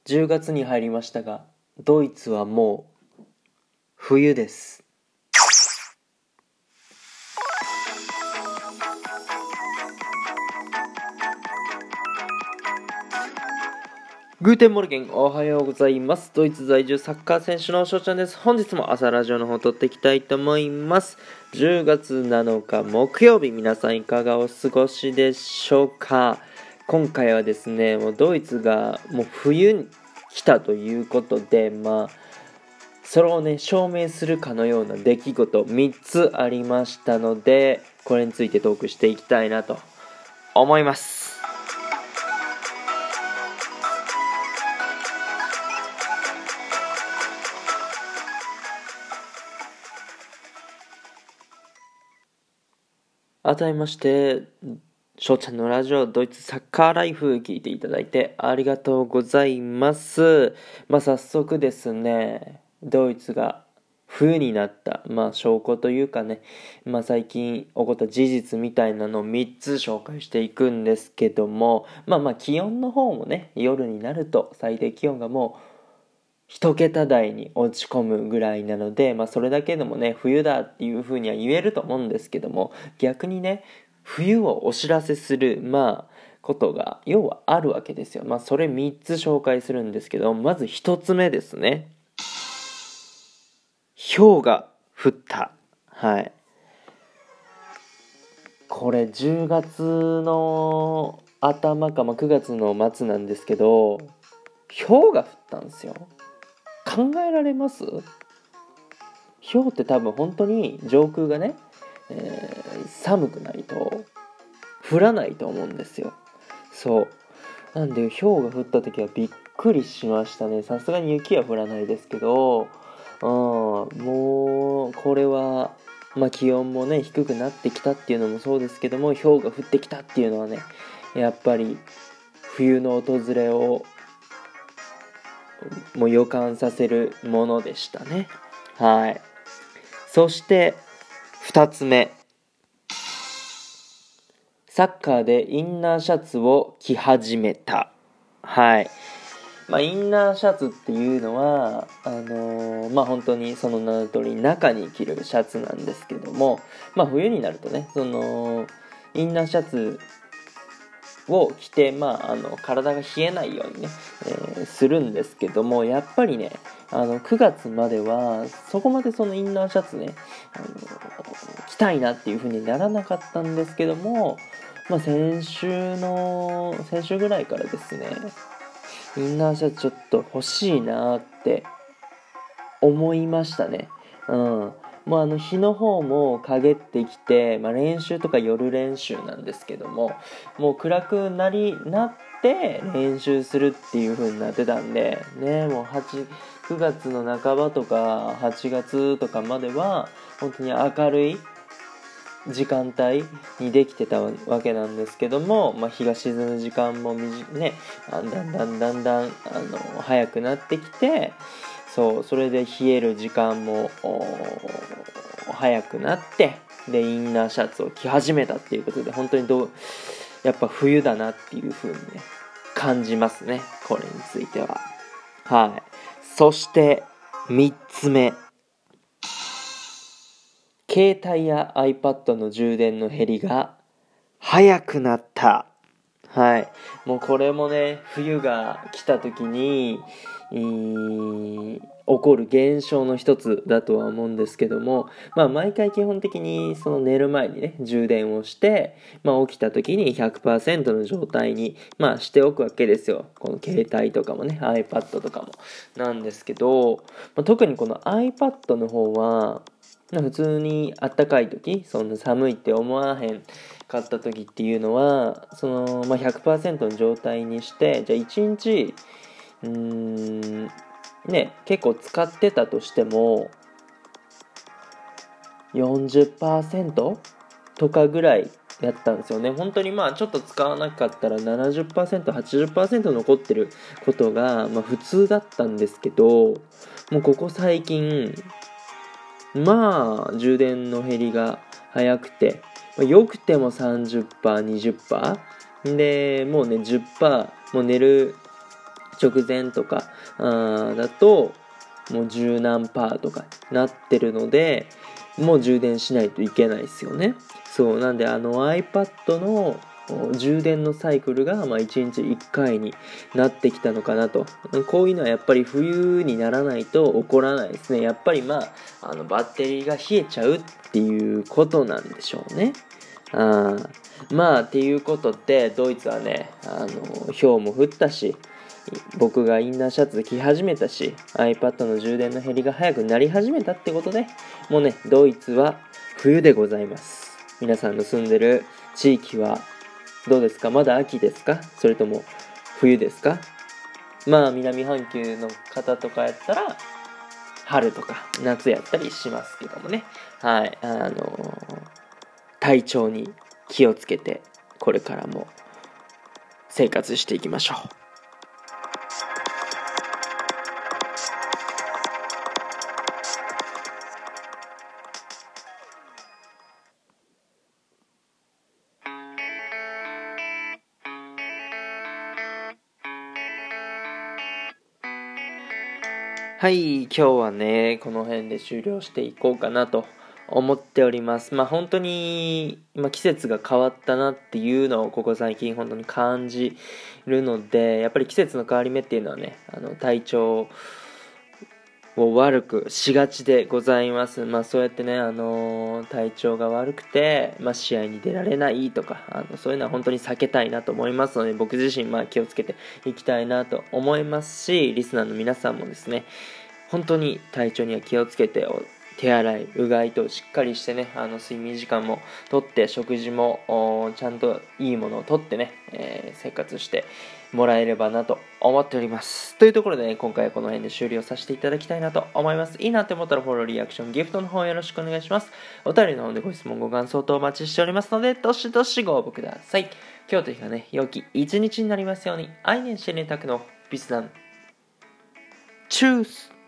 10月に入りましたが、ドイツはもう冬です。グーテンモルゲン、おはようございます。ドイツ在住サッカー選手の翔ちゃんです。本日も朝ラジオの方を撮っていきたいと思います。10月7日木曜日、皆さんいかがお過ごしでしょうか。今回はですね、もうドイツがもう冬に来たということで、それをね証明するかのような出来事3つありましたので、これについてトークしていきたいなと思います。改めまして、翔ちゃんのラジオドイツサッカーライフ聞いていただいてありがとうございます。早速ですね、ドイツが冬になった、証拠というかね、最近起こった事実みたいなのを3つ紹介していくんですけども、気温の方もね、夜になると最低気温がもう一桁台に落ち込むぐらいなので、それだけでもね冬だっていう風には言えると思うんですけども、逆にね冬をお知らせすることが要はあるわけですよ。それ3つ紹介するんですけど、まず1つ目ですね。氷が降った。はい。これ10月の頭か、9月の末なんですけど、氷が降ったんですよ。考えられます？氷って多分本当に上空がね、寒くないと降らないと思うんですよ。そうなんで氷が降った時はびっくりしましたね。さすがに雪は降らないですけど、もうこれは気温もね低くなってきたっていうのもそうですけども、氷が降ってきたっていうのはね、やっぱり冬の訪れをもう予感させるものでしたね。はい。そして2つ目、サッカーでインナーシャツを着始めた。はい。インナーシャツっていうのは本当にその名の通り中に着るシャツなんですけども、冬になるとね、そのインナーシャツを着て、体が冷えないようにね、するんですけども、やっぱりね9月まではそこまでそのインナーシャツね着たいなっていう風にならなかったんですけども、先週ぐらいからですね、インナーシャツちょっと欲しいなって思いましたね。もう日の方も陰ってきて、練習とか夜練習なんですけども、もう暗くなって練習するっていう風になってたんでね、もう9月の半ばとか8月とかまでは本当に明るい時間帯にできてたわけなんですけども、日が沈む時間もだんだん早くなってきて、それで冷える時間も早くなって、でインナーシャツを着始めたっていうことで、本当にやっぱ冬だなっていう風にね感じますね、これについては。はい。そして3つ目、携帯や iPad の充電の減りが早くなった。はい。もうこれもね、冬が来た時に起こる現象の一つだとは思うんですけども、毎回基本的にその寝る前にね充電をして、起きた時に 100% の状態にしておくわけですよ。この携帯とかもね iPad とかもなんですけど、特にこの iPad の方は普通にあったかい時、そんな寒いって思わへんかった時っていうのは、100% の状態にして、じゃあ1日結構使ってたとしても 40% とかぐらいやったんですよね。本当にちょっと使わなかったら 70%、80% 残ってることが普通だったんですけど、もうここ最近充電の減りが早くて、よくても 30%、20% でもうね 10%、もう寝る直前とかだともう十何パーとかなってるので、もう充電しないといけないですよね。そうなんでiPad の充電のサイクルが1日1回になってきたのかなと。こういうのはやっぱり冬にならないと起こらないですね。やっぱりバッテリーが冷えちゃうっていうことなんでしょうね。っていうことでドイツはね氷も降ったし、僕がインナーシャツ着始めたし、 iPad の充電の減りが早くなり始めたってことで、もうねドイツは冬でございます。皆さんの住んでる地域はどうですか？まだ秋ですか？それとも冬ですか？南半球の方とかやったら春とか夏やったりしますけどもね。はい、体調に気をつけてこれからも生活していきましょう。はい、今日はねこの辺で終了していこうかなと思っております。本当に季節が変わったなっていうのをここ最近本当に感じるので、やっぱり季節の変わり目っていうのはね体調を悪くしがちでございます。そうやってね体調が悪くて試合に出られないとかそういうのは本当に避けたいなと思いますので、僕自身気をつけていきたいなと思いますし、リスナーの皆さんもですね本当に体調には気をつけて、手洗い、うがいとしっかりしてね睡眠時間もとって、食事もちゃんといいものをとってね、生活してもらえればなと思っております。というところでね、今回はこの辺で終了させていただきたいなと思います。いいなって思ったらフォロー、リアクション、ギフトの方よろしくお願いします。お便りの方でご質問ご感想とお待ちしておりますので、どしどしご応募ください。今日という日がね良き一日になりますように。愛年してねたくのビスナンチュース。